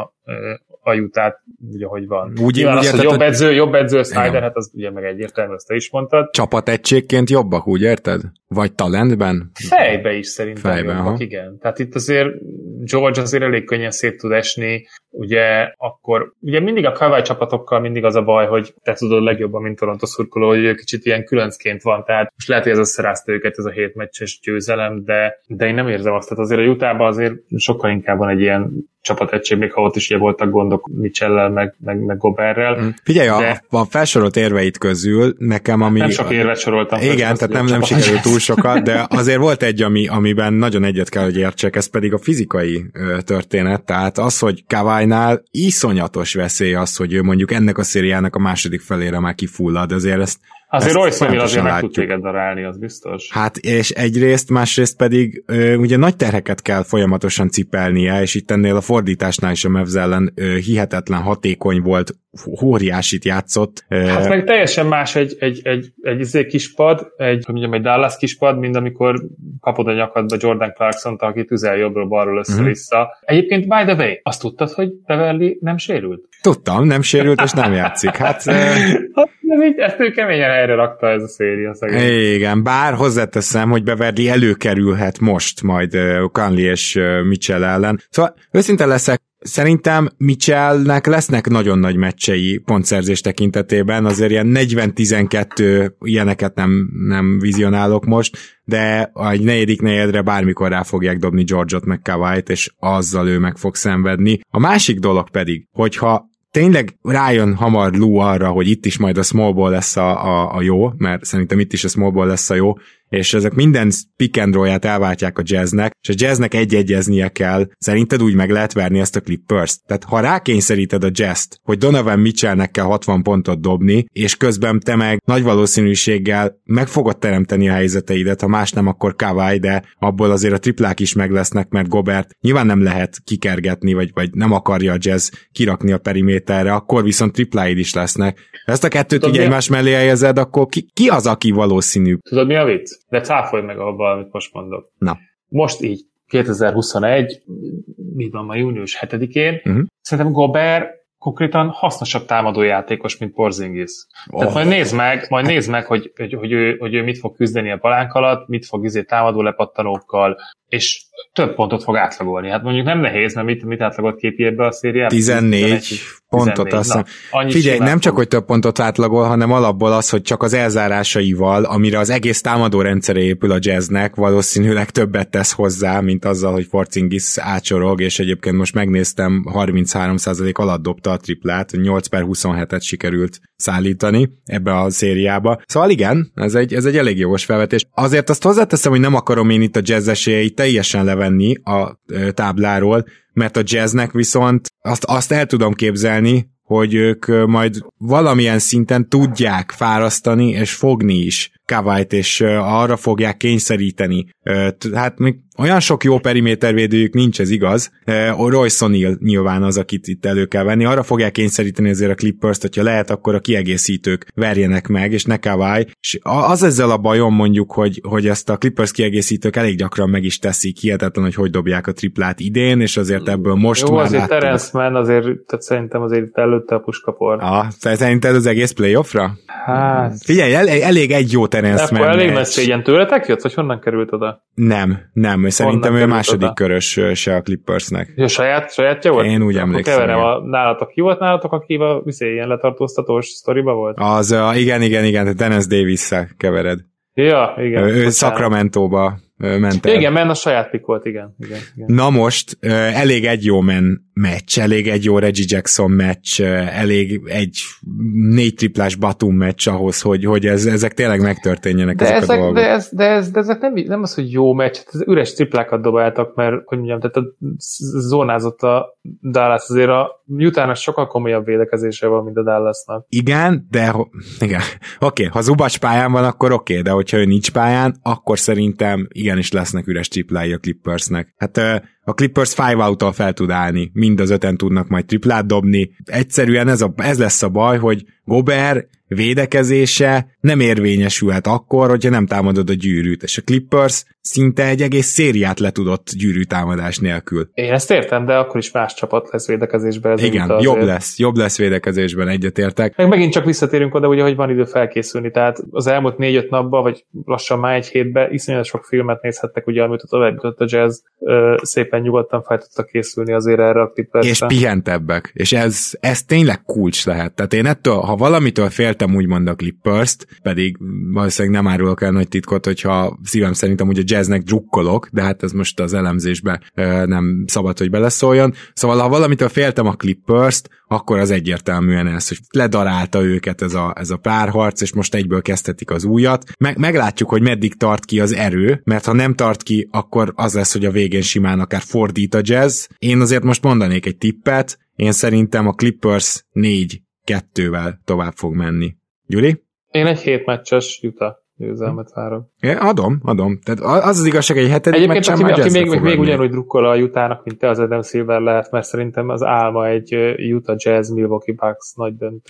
a Utah-t, ugye, hogy van. Úgy, úgy az, hogy jobb edző, jobb edző Snyder, igen. Hát az ugye meg egyértelmű, ezt te is mondtad. Csapategységként jobbak, úgy érted? Vagy talentben? Fejbe is szerintem Fejben, jobbak, ha. igen. Tehát itt azért George azért elég könnyen szét tud esni, ugye akkor, ugye mindig a Kawhi csapatokkal mindig az a baj, hogy te tudod legjobban, mint Toronto szurkoló, hogy ő kicsit ilyen különcként van, tehát most lehet, hogy ez összerázta őket ez a hét meccses győzelem, de, de én nem érzem azt, tehát azért a Utahban azért sokkal inkább van egy ilyen csapategység, még ha ott is ugye voltak gondok Mitchell-lel, meg, meg, meg Goberrel. Figyelj, de... a, a felsorolt érveit közül nekem, ami... Nem sok érvet soroltam. Igen, tehát nem, nem sikerült túl sokat, de azért volt egy, ami, amiben nagyon egyet kell, hogy értsek, ez pedig a fizikai ö, történet, tehát az, hogy Kawhi-nál iszonyatos veszély az, hogy ő mondjuk ennek a szériának a második felére már kifullad, azért ezt Azért Royce O'Neal azért meg tud téged darálni, az biztos. Hát és egyrészt, másrészt pedig ö, ugye nagy terheket kell folyamatosan cipelnie, és itt ennél a fordításnál is a Mavs ellen ö, hihetetlen hatékony volt, óriásit játszott. Ö, hát meg teljesen más egy, egy, egy, egy, egy kispad, egy, hogy mondjam, egy Dallas kispad, mint amikor kapod a nyakadba Jordan Clarkson-t, aki tüzel jobbról balról össze-vissza. Mm-hmm. Egyébként, by the way, azt tudtad, hogy Beverly nem sérült? Tudtam, nem sérült, és nem játszik. Hát, hát ezt ő keményen helyre rakta ez a széria szegény. Igen, bár hozzáteszem, hogy Beverly előkerülhet most majd uh, Conley és uh, Mitchell ellen. Szóval őszinte leszek, szerintem Mitchellnek lesznek nagyon nagy meccsei pontszerzés tekintetében, azért ilyen negyven tizenkettő ilyeneket nem, nem vizionálok most, de egy negyedik negyedre bármikor rá fogják dobni George-ot meg Kawhi-t, és azzal ő meg fog szenvedni. A másik dolog pedig, hogyha tényleg rájön hamar Lou arra, hogy itt is majd a small ball lesz a, a, a jó, mert szerintem itt is a small ball lesz a jó, és ezek minden pick and roll-ját elváltják a Jazznek, és a Jazznek egy-egyeznie kell. Szerinted úgy meg lehet verni ezt a Clippers-t? Tehát ha rákényszeríted a Jazz-t, hogy Donovan Mitchellnek kell hatvan pontot dobni, és közben te meg nagy valószínűséggel meg fogod teremteni a helyzeteidet, ha más nem, akkor Kawhi, de abból azért a triplák is meg lesznek, mert Gobert nyilván nem lehet kikergetni, vagy, vagy nem akarja a Jazz kirakni a periméterre, akkor viszont tripláid is lesznek. Ha ezt a kettőt Tudod, így egymás mellé helyezed, akkor ki, ki az, aki valószínű? Tudod, mi a vicc? De cáfolj meg abban, amit most mondok. Na. Most így, kétezer-huszonegy, mi van ma június hetedikén, uh-huh. Szerintem Gobert konkrétan hasznosabb támadójátékos, mint Porzingis. Oh. Tehát majd nézd meg, majd nézd meg, hogy, hogy, hogy, ő, hogy ő mit fog küzdeni a palánk alatt, mit fog izé támadó lepattanókkal, és több pontot fog átlagolni. Hát mondjuk nem nehéz, mert mit, mit átlagolt képi ebbe a szériában? tizennégy pontot, azt hiszem. Figyelj, nem csak, hogy több pontot átlagol, hanem alapból az, hogy csak az elzárásaival, amire az egész támadó rendszere épül a Jazznek, valószínűleg többet tesz hozzá, mint azzal, hogy Porzingis ácsorog, és egyébként most megnéztem, harminchárom százalék alatt dobta a triplát, nyolc per huszonhetet sikerült szállítani ebbe a szériába. Szóval igen, ez egy, ez egy elég jogos felvetés. Azért azt hozzáteszem, hogy nem akarom én itt a Jazz esélyeit teljesen levenni a tábláról, mert a Jazznek viszont azt, azt el tudom képzelni, hogy ők majd valamilyen szinten tudják fárasztani és fogni is Kawhi-t, és arra fogják kényszeríteni. Hát még olyan sok jó perimétervédőjük nincs, ez igaz. Royce O'Neal nyilván az, akit itt elő kell venni. Arra fogják kényszeríteni azért a Clippers-t, hogyha lehet, akkor a kiegészítők verjenek meg, és ne Kawhi. És az ezzel a bajom mondjuk, hogy, hogy ezt a Clippers kiegészítők elég gyakran meg is teszik, hihetetlen, hogy hogy dobják a triplát idén, és azért ebből most jó, már azért Terence Mann azért, tehát szerintem azért előtte a puskapor. Ah, szerinted az egész playoffra? Hát... Figyelj, el, elég egy jó Terence Mann. Elég nagy szégyen tőletek jött, vagy honnan került oda? Nem, nem. Szerintem honnan ő második oda? Körös se a Clippersnek. Ja, saját, sajátja volt? Én úgy emlékszem. Keverem, a, nálatok ki volt nálatok, aki a viszély, ilyen letartóztatós sztoriba volt? Az, uh, igen, igen, igen, Dennis Davis-szel kevered. Ja, igen. Ő, ő Sacramento-ba ment el. Igen, men a saját pick volt, igen. igen, igen. Na most uh, elég egy jó men meccs, elég egy jó Reggie Jackson meccs, uh, elég egy négy triplás Batum meccs ahhoz, hogy, hogy ez, ezek tényleg megtörténjenek, de ezek, ezek a dolgok. De, ez, de, ez, de ezek nem, nem az, hogy jó meccs, ez üres triplákat dobáltak, mert, hogy mondjam, tehát a zónázott a Dallas, azért a Utahnak sokkal komolyabb védekezése van, mint a Dallasnak. Igen, de igen. Oké, okay, ha Zubac pályán van, akkor oké, okay, de hogyha ő nincs pályán, akkor szerintem igenis lesznek üres triplái a Clippersnek. Hát a Clippers five out-tal fel tud állni, mind az öten tudnak majd triplát dobni. Egyszerűen ez, a, ez lesz a baj, hogy Gobert védekezése nem érvényesülhet akkor, hogyha nem támadod a gyűrűt, és a Clippers szinte egy egész szériát le tudott gyűrűtámadás nélkül. Én ezt értem, de akkor is más csapat lesz védekezésben. Ez igen, jobb lesz, jobb lesz védekezésben, egyetértek. Meg megint csak visszatérünk oda, ugye, hogy van idő felkészülni, tehát az elmúlt négy-öt napban, vagy lassan már egy hétben iszonyat sok filmet nézhettek, ugye, amit tovább jutott a Jazz, szépen nyugodtan fel tudta készülni azért erre a Clippersre. És pihentebbek, és ez, ez tényleg kulcs lehet. Tehát én ettől, ha valamitől féltem úgymond a Clippers-t, pedig valószínűleg nem árulok el nagy titkot, hogyha szívem szerint amúgy a Jazznek drukkolok, de hát ez most az elemzésbe nem szabad, hogy beleszóljon. Szóval ha valamitől féltem a Clippers-t, akkor az egyértelműen ez, hogy ledarálta őket ez a, ez a párharc, és most egyből kezdhetik az újat. Meg, meglátjuk, hogy meddig tart ki az erő, mert ha nem tart ki, akkor az lesz, hogy a végén simán akár fordít a Jazz. Én azért most mondanék egy tippet, én szerintem a Clippers négy kettővel tovább fog menni. Gyuri? Én egy hét meccses Utah győzelmet várok. É, adom, adom. Tehát az az igazság, egy hetedik egyébként, meccsen aki, már aki még, még, még lenni. ugyanúgy drukkol a Utahnak, mint te, az Adam Silver lehet, mert szerintem az álma egy Utah Jazz Milwaukee Bucks nagy döntő.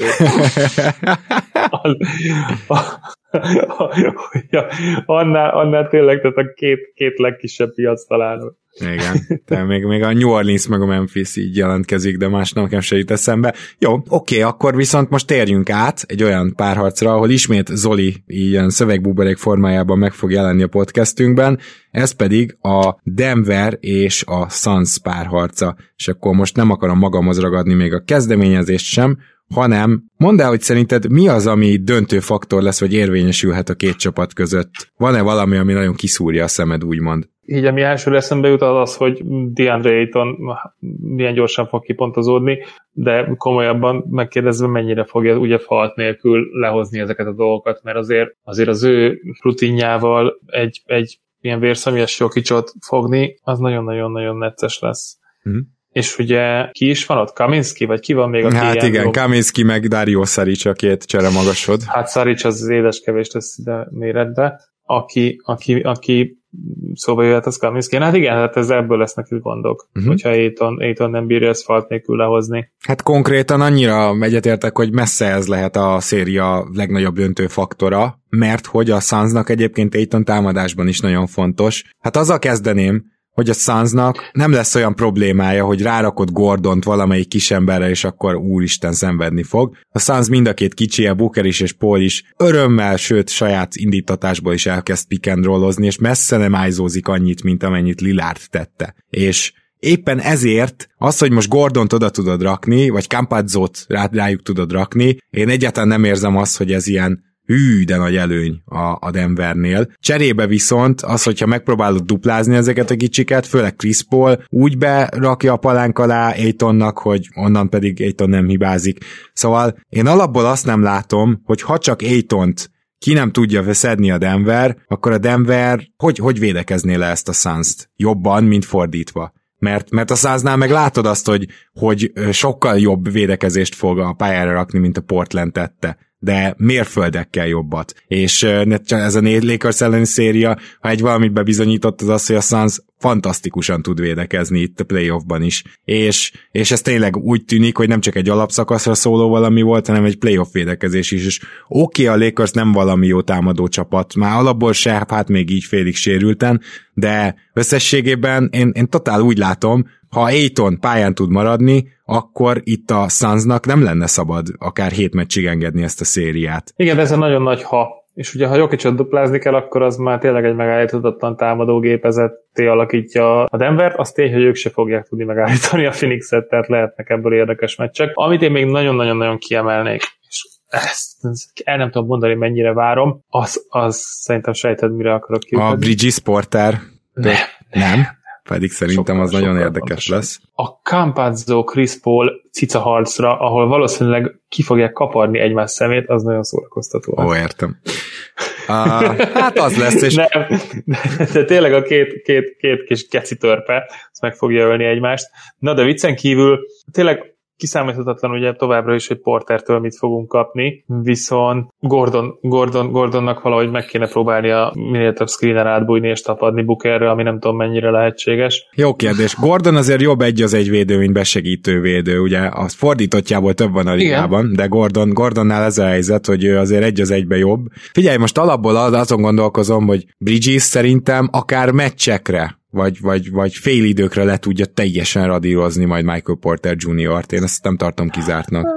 annál, annál tényleg, tehát a két, két legkisebb piac találnak. Igen, tehát még, még a New Orleans meg a Memphis így jelentkezik, de más nekem se jut eszembe. Jó, oké, akkor viszont most térjünk át egy olyan párharcra, ahol ismét Zoli ilyen szövegbuborék formájában meg fog jelenni a podcastünkben, ez pedig a Denver és a Suns párharca, és akkor most nem akarom magamhoz ragadni még a kezdeményezést sem, hanem mondd el, hogy szerinted mi az, ami döntő faktor lesz, vagy érvényesülhet a két csapat között? Van-e valami, ami nagyon kiszúrja a szemed, úgymond? Így ami elsőre eszembe jut az az, hogy DeAndre Ayton milyen gyorsan fog kipontozódni, de komolyabban megkérdezve mennyire fogja ugye falat nélkül lehozni ezeket a dolgokat, mert azért, azért az ő rutinjával egy, egy ilyen vérszemélyes Jokicsot fogni, az nagyon-nagyon-nagyon necces lesz. Mm. És ugye ki is van ott? Kaminski? Vagy ki van még a Hát igen, jobb? Kaminski meg Dario Saric a két csere magasod. Hát Saric az édeskevés tesz ide méretbe. Aki, aki, aki szóba jöhet, az Kaminski. Hát igen, hát ez ebből lesznek itt gondok, uh-huh. hogyha Ayton, Ayton nem bírja ezt falt nélkül lehozni. Hát konkrétan annyira egyetértek, hogy messze ez lehet a széria legnagyobb döntő faktora, mert hogy a Sunsnak egyébként Ayton támadásban is nagyon fontos. Hát azzal kezdeném, hogy a Sunsnak nem lesz olyan problémája, hogy rárakod Gordont valamelyik kisemberre, és akkor úristen szenvedni fog. A Suns mind a két kicsi, a Booker is és Paul is örömmel, sőt saját indítatásból is elkezd pick and rollozni, és messze nem ájzózik annyit, mint amennyit Lillard tette. És éppen ezért az, hogy most Gordont oda tudod rakni, vagy Campazzót rá, rájuk tudod rakni, én egyáltalán nem érzem azt, hogy ez ilyen hű, de nagy előny a, a Denvernél. Cserébe viszont az, hogyha megpróbálod duplázni ezeket a kicsiket, főleg Chris Paul, úgy berakja a palánk alá Aytonnak, hogy onnan pedig Ayton nem hibázik. Szóval én alapból azt nem látom, hogy ha csak Aytont ki nem tudja szedni a Denver, akkor a Denver hogy, hogy védekezné le ezt a Suns-t? Jobban, mint fordítva. Mert, mert a Sunsnál meg látod azt, hogy, hogy sokkal jobb védekezést fog a pályára rakni, mint a Portland tette, de mérföldekkel jobbat. És ez a Lakers elleni széria, ha egy valamit bebizonyított, az az, hogy a Suns fantasztikusan tud védekezni itt a playoffban is. És, és ez tényleg úgy tűnik, hogy nem csak egy alapszakaszra szóló valami volt, hanem egy playoff védekezés is. És oké, okay, a Lakers nem valami jó támadó csapat, már alapból se, hát még így félig sérülten, de összességében én, én totál úgy látom, ha Ayton pályán tud maradni, akkor itt a Sunsnak nem lenne szabad akár hét meccsig engedni ezt a szériát. Igen, de ez a nagyon nagy ha. És ugye, ha Jokicot duplázni kell, akkor az már tényleg egy megállíthatatlan támadógépezetté alakítja a Denvert. Az tény, hogy ők se fogják tudni megállítani a Phoenixet, tehát lehetnek ebből érdekes meccsek. Amit én még nagyon-nagyon-nagyon kiemelnék, és ezt, ezt el nem tudom mondani, mennyire várom, az, az szerintem sejted, mire akarok kiutatni. A Bridges Porter? Nem. Nem? Pedig szerintem sokkal, az nagyon érdekes pontosan lesz. A Campazzo Chris Paul cica harcra, ahol valószínűleg ki fogják kaparni egymás szemét, az nagyon szórakoztató. Ó, értem. Uh, hát az lesz, és... Nem, de tényleg a két, két, két kis keci törpe, azt meg fogja ölni egymást. Na, de viccen kívül tényleg kiszámíthatatlan ugye továbbra is, hogy Portertől mit fogunk kapni, viszont Gordon, Gordon, Gordonnak valahogy meg kéne próbálnia minél több screener átbújni és tapadni Bookerre, ami nem tudom mennyire lehetséges. Jó kérdés. Gordon azért jobb egy az egy védő, mint besegítő védő, ugye az fordítottjából több van a ligában, de Gordon, Gordonnál ez a helyzet, hogy ő azért egy az egybe jobb. Figyelj, most alapból azon gondolkozom, hogy Bridges szerintem akár meccsekre vagy, vagy, vagy félidőkre le tudja teljesen radírozni majd Michael Porter juniort. Én ezt nem tartom kizártnak.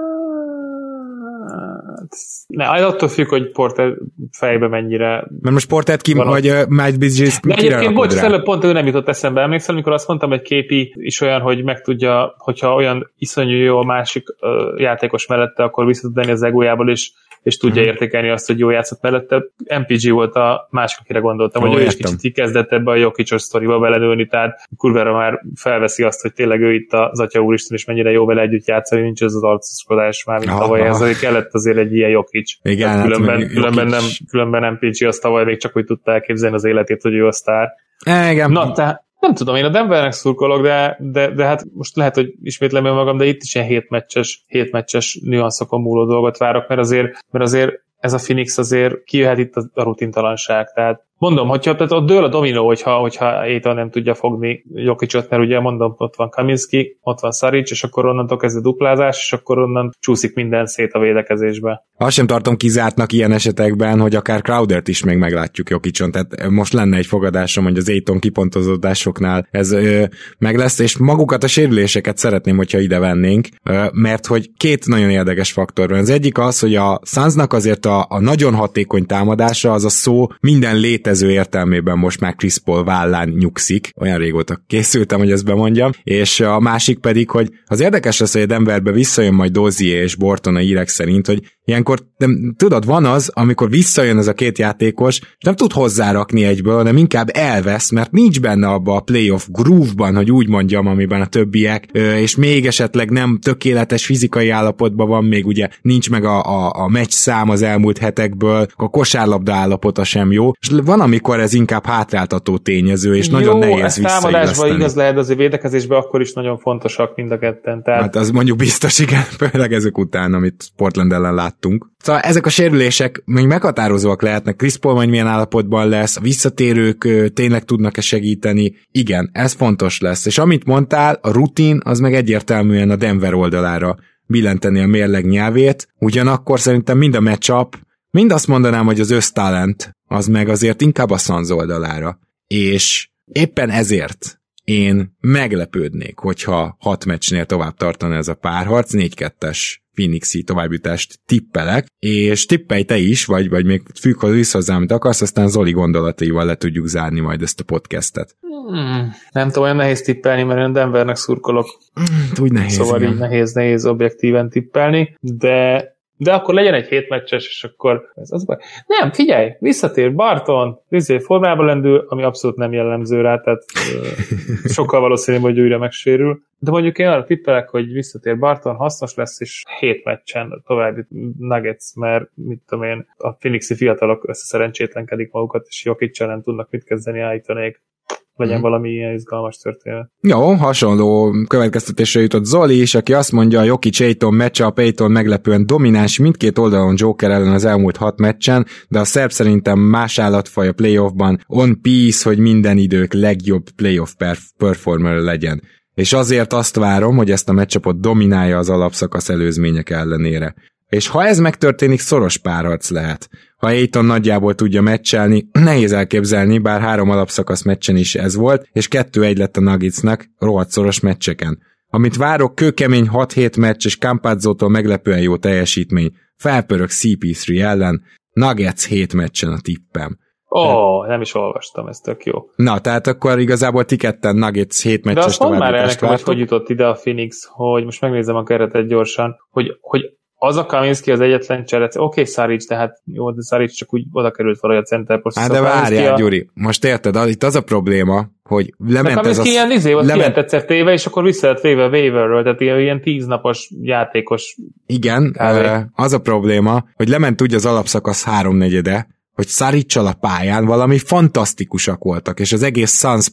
Ne, attól függ, hogy Porter fejbe mennyire... Mert most Portert ki, vagy uh, Mike Bridges de egyébként, bocs, előbb pont ő nem jutott eszembe. Emlékszel, amikor azt mondtam, hogy ká pé is olyan, hogy meg tudja, hogyha olyan iszonyú jó a másik uh, játékos mellette, akkor vissza tud lenni az egójából, és és tudja hmm. értékelni azt, hogy jó játszott mellette. em pé gé volt a másik, akire gondoltam, oh, hogy ő is kicsit kezdett ebbe a Jokicsos sztoriba beledőlni, tehát kurvára már felveszi azt, hogy tényleg ő itt az Atya Úristen, és mennyire jó vele együtt játszani, nincs ez az arcoskodás már, mint ah, tavaly, ez azért kellett azért egy ilyen Jokic. Igen, különben, hát különben, nem, különben em pé gé azt tavaly még csak úgy tudta elképzelni az életét, hogy ő a sztár. Igen. Na, tehát nem tudom, én a Denvernek szurkolok, de, de, de hát most lehet, hogy ismétlem én magam, de itt is ilyen hétmeccses, hétmeccses nüanszokon múló dolgot várok, mert azért, mert azért ez a Phoenix azért kijöhet itt a, a rutintalanság, tehát mondom, hogyha tehát ott dől a dominó, hogyha, hogyha Ayton nem tudja fogni Jokicot, mert ugye mondom, ott van Kaminski, ott van Saric, és akkor onnantól kezd a duplázás, és akkor onnan csúszik minden szét a védekezésbe. Azt sem tartom kizártnak ilyen esetekben, hogy akár Crowdert is még meglátjuk Jokicon, tehát most lenne egy fogadásom, hogy az Ayton kipontozódásoknál ez ö, meg lesz, és magukat a sérüléseket szeretném, hogyha ide vennénk, ö, mert hogy két nagyon érdekes faktor van. Az egyik az, hogy a Sunsnak azért a, a nagyon hatékony támadása, az a szó minden létező értelmében most már Chris Paul vállán nyugszik. Olyan régóta készültem, hogy ezt bemondjam. És a másik pedig, hogy az érdekes lesz, hogy a Denverbe visszajön majd Dozier és Borton a hírek szerint, hogy ilyenkor, nem, tudod, van az, amikor visszajön ez a két játékos, és nem tud hozzárakni egyből, hanem inkább elvesz, mert nincs benne abba a playoff groove-ban, hogy úgy mondjam, amiben a többiek, és még esetleg nem tökéletes fizikai állapotban van, még ugye nincs meg a, a, a meccs szám az elmúlt hetekből, a kosárlabda állapota sem jó, és van, amikor ez inkább hátráltató tényező, és jó, nagyon nehéz visszailleszteni. Támadásban igaz lehet, azért védekezésben akkor is nagyon fontosak mind a ketten. Tehát... Hát az mondjuk biztos, igen, főleg ezek után, amit Portland ellen láttunk. Szóval ezek a sérülések még meghatározóak lehetnek, Chris Paul majd milyen állapotban lesz, a visszatérők tényleg tudnak-e segíteni, igen, ez fontos lesz. És amit mondtál, a rutin, az meg egyértelműen a Denver oldalára billenteni a mérleg nyelvét, ugyanakkor szerintem mind a matchup, mind azt mondanám, hogy az össztalent, az meg azért inkább a Suns oldalára. És éppen ezért én meglepődnék, hogyha hat meccsnél tovább tartana ez a párharc, négy kettes Phoenixi továbbjutást tippelek, és tippelj te is, vagy, vagy még függ vissza hozzá, amit akarsz, aztán Zoli gondolataival le tudjuk zárni majd ezt a podcastet. Hmm, nem tudom, olyan nehéz tippelni, mert én Denvernek szurkolok. Hmm, úgy nehéz. Szóval igen. így nehéz, nehéz objektíven tippelni, de De akkor legyen egy hétmeccses, és akkor ez az baj. Nem, figyelj, visszatér Barton, vizé formában lendül, ami abszolút nem jellemző rá, tehát sokkal valószínűbb, hogy újra megsérül. De mondjuk én arra tippelek, hogy visszatér Barton, hasznos lesz, és hét meccsen további Nuggets, mert mit tudom én, a Phoenixi fiatalok összeszerencsétlenkedik magukat, és Jokic-sal nem tudnak mit kezdeni, állítanék. Legyen hmm. valami ilyen izgalmas történet. Jó, hasonló következtetésre jutott Zoli is, aki azt mondja, a Jokic-Ayton matchup, Ayton meglepően domináns mindkét oldalon Joker ellen az elmúlt hat meccsen, de a szerb szerintem más állatfaj a playoffban, on piece, hogy minden idők legjobb playoff perf- performer legyen. És azért azt várom, hogy ezt a matchupot dominálja az alapszakasz előzmények ellenére. És ha ez megtörténik, szoros párharc lehet. Ha Ayton nagyjából tudja meccselni, nehéz elképzelni, bár három alapszakasz meccsen is ez volt, és kettő egy lett a Nuggetsnek rohadt szoros meccseken. Amit várok, kőkemény hat-hét meccs, és Campazzótól meglepően jó teljesítmény. Felpörök cé pé három ellen, Nuggets hét meccsen a tippem. Ó, oh, nem is olvastam, ez tök jó. Na, tehát akkor igazából ti ketten Nuggets hét meccses továbbítást. De azt mondd már el nekem, hogy hogy jutott ide a Phoenix, hogy most megnézem a keretet gyorsan, hogy, hogy az a Kaminski az egyetlen cseret, oké, okay, Saric, tehát jó, de Saric csak úgy oda került valahogy a center posztra. Hát de várjál, a... Gyuri, most érted, az, itt az a probléma, hogy lement de ez a... ilyen izé volt, lement... ki egyszer téve, és akkor vissza lett véve waiverről, tehát ilyen, ilyen tíznapos játékos. Igen, kávé. Az a probléma, hogy lement úgy az alapszakasz háromnegyede, hogy Sariccal a pályán valami fantasztikusak voltak, és az egész Suns pad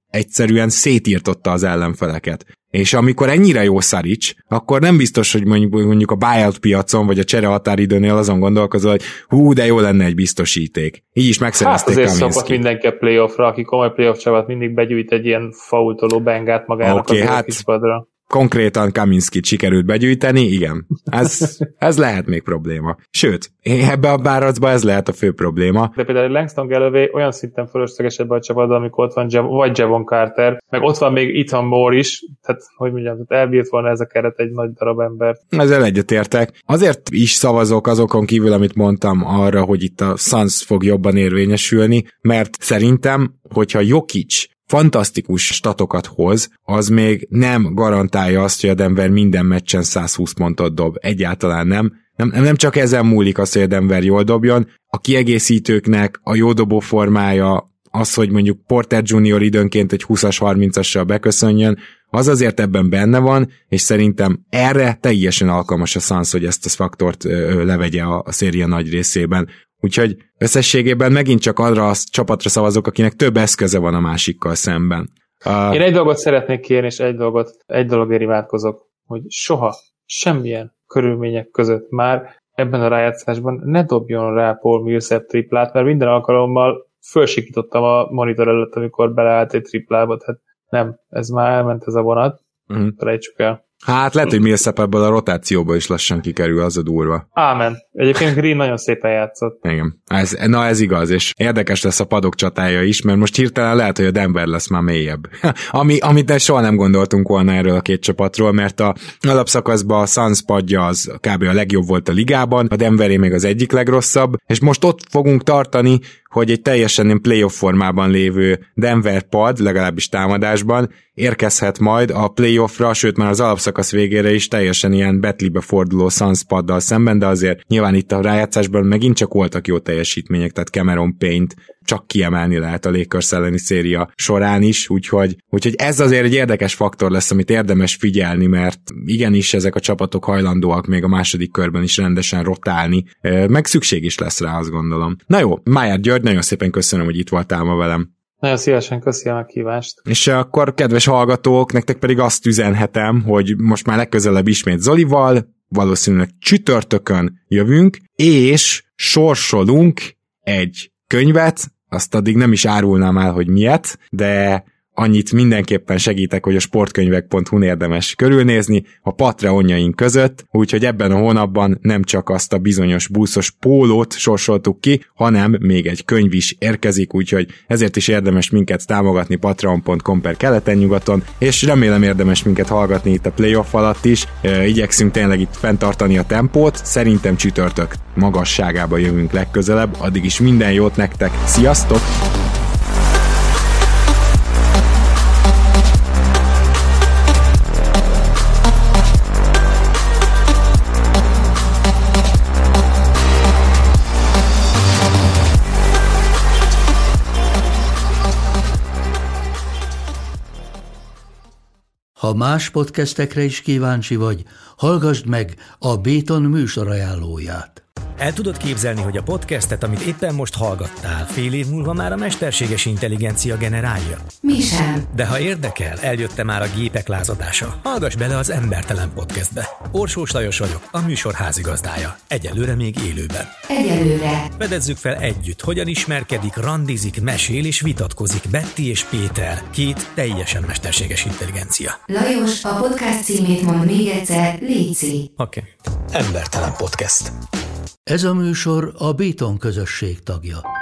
egyszerűen szétírtotta az ellenfeleket. És amikor ennyire jó Saric, akkor nem biztos, hogy mondjuk a buyout piacon, vagy a cserehatáridőnél azon gondolkozol, hogy hú, de jó lenne egy biztosíték. Így is megszerezték Kaminskit. Hát azért szokott Kaminskit. mindenki a playoffra, aki komoly playoff csapat mindig begyűjt egy ilyen faultoló bengát magának okay, a hát kispadra. Konkrétan Kaminskit sikerült begyűjteni, igen. Ez, ez lehet még probléma. Sőt, ebbe a báracba ez lehet a fő probléma. De például Langston Galloway olyan szinten fölösleges ebbe a csapatban, amikor ott van Jav- vagy Javon Carter, meg ott van még Ethan Moore is, tehát hogy mondjam, tehát elbírt volna ez a keret egy nagy darab embert. Ezzel egyetértek. Azért is szavazok azokon kívül, amit mondtam arra, hogy itt a Suns fog jobban érvényesülni, mert szerintem, hogyha Jokic fantasztikus statokat hoz, az még nem garantálja azt, hogy a Denver minden meccsen száz húsz pontot dob. Egyáltalán nem. Nem, nem csak ezen múlik az, hogy a Denver jól dobjon. A kiegészítőknek a jó dobó formája, az, hogy mondjuk Porter junior időnként egy húszas, harmincassal beköszönjön, az azért ebben benne van, és szerintem erre teljesen alkalmas a Suns, hogy ezt a faktort ö, levegye a, a széria nagy részében. Úgyhogy összességében megint csak arra a csapatra szavazok, akinek több eszköze van a másikkal szemben. Uh, Én egy dolgot szeretnék kérni, és egy dolgot, egy dologért imádkozok, hogy soha, semmilyen körülmények között már ebben a rájátszásban ne dobjon rá Paul Millsap triplát, mert minden alkalommal fölsikítottam a monitor előtt, amikor beleállt egy triplába, tehát nem, ez már elment ez a vonat, uh-huh. Felejtsük el. Hát lehet, hogy Millsap ebből a rotációba is lassan kikerül, az a durva. Ámen. Egyébként Green nagyon szépen játszott. Igen. Ez, na ez igaz, és érdekes lesz a padok csatája is, mert most hirtelen lehet, hogy a Denver lesz már mélyebb. Ami, amit soha nem gondoltunk volna erről a két csapatról, mert a alapszakaszban a Suns padja az kb. A legjobb volt a ligában, a Denveré még az egyik legrosszabb, és most ott fogunk tartani, hogy egy teljesen ilyen playoff formában lévő Denver pad, legalábbis támadásban, érkezhet majd a playoffra, sőt már az alapszakasz végére is teljesen ilyen betlibe forduló Suns paddal szemben, de azért nyilván itt a rájátszásban megint csak voltak jó teljesítmények, tehát Cameron Payne csak kiemelni lehet a Lakers elleni széria során is, úgyhogy, úgyhogy ez azért egy érdekes faktor lesz, amit érdemes figyelni, mert igenis ezek a csapatok hajlandóak még a második körben is rendesen rotálni, meg szükség is lesz rá, azt gondolom. Na jó, Májár György, nagyon szépen köszönöm, hogy itt voltál ma velem. Nagyon szívesen köszi a meghívást. És akkor, kedves hallgatók, nektek pedig azt üzenhetem, hogy most már legközelebb ismét Zolival, valószínűleg csütörtökön jövünk, és sorsolunk egy könyvet, azt addig nem is árulnám el, hogy miért, de annyit mindenképpen segítek, hogy a sportkönyvek pont hu-n érdemes körülnézni a Patreonjaink között, úgyhogy ebben a hónapban nem csak azt a bizonyos búszos pólót sorsoltuk ki, hanem még egy könyv is érkezik, úgyhogy ezért is érdemes minket támogatni patreon pont com per keleten-nyugaton, és remélem érdemes minket hallgatni itt a playoff alatt is. E, igyekszünk tényleg itt fenntartani a tempót, szerintem csütörtök magasságába jövünk legközelebb, addig is minden jót nektek, sziasztok! Ha más podcastekre is kíváncsi vagy, hallgassd meg a Béton műsor ajánlóját. El tudod képzelni, hogy a podcastet, amit éppen most hallgattál, fél év múlva már a mesterséges intelligencia generálja? Mi sem. De ha érdekel, eljött már a gépek lázadása. Hallgass bele az Embertelen Podcastbe. Orsós Lajos vagyok, a műsor házigazdája. Egyelőre még élőben. Egyelőre. Fedezzük fel együtt, hogyan ismerkedik, randizik, mesél és vitatkozik Betty és Péter, két teljesen mesterséges intelligencia. Lajos, a podcast címét mond még egyszer, léci. Oké. Okay. Embertelen Podcast. Ez a műsor a Béton közösség tagja.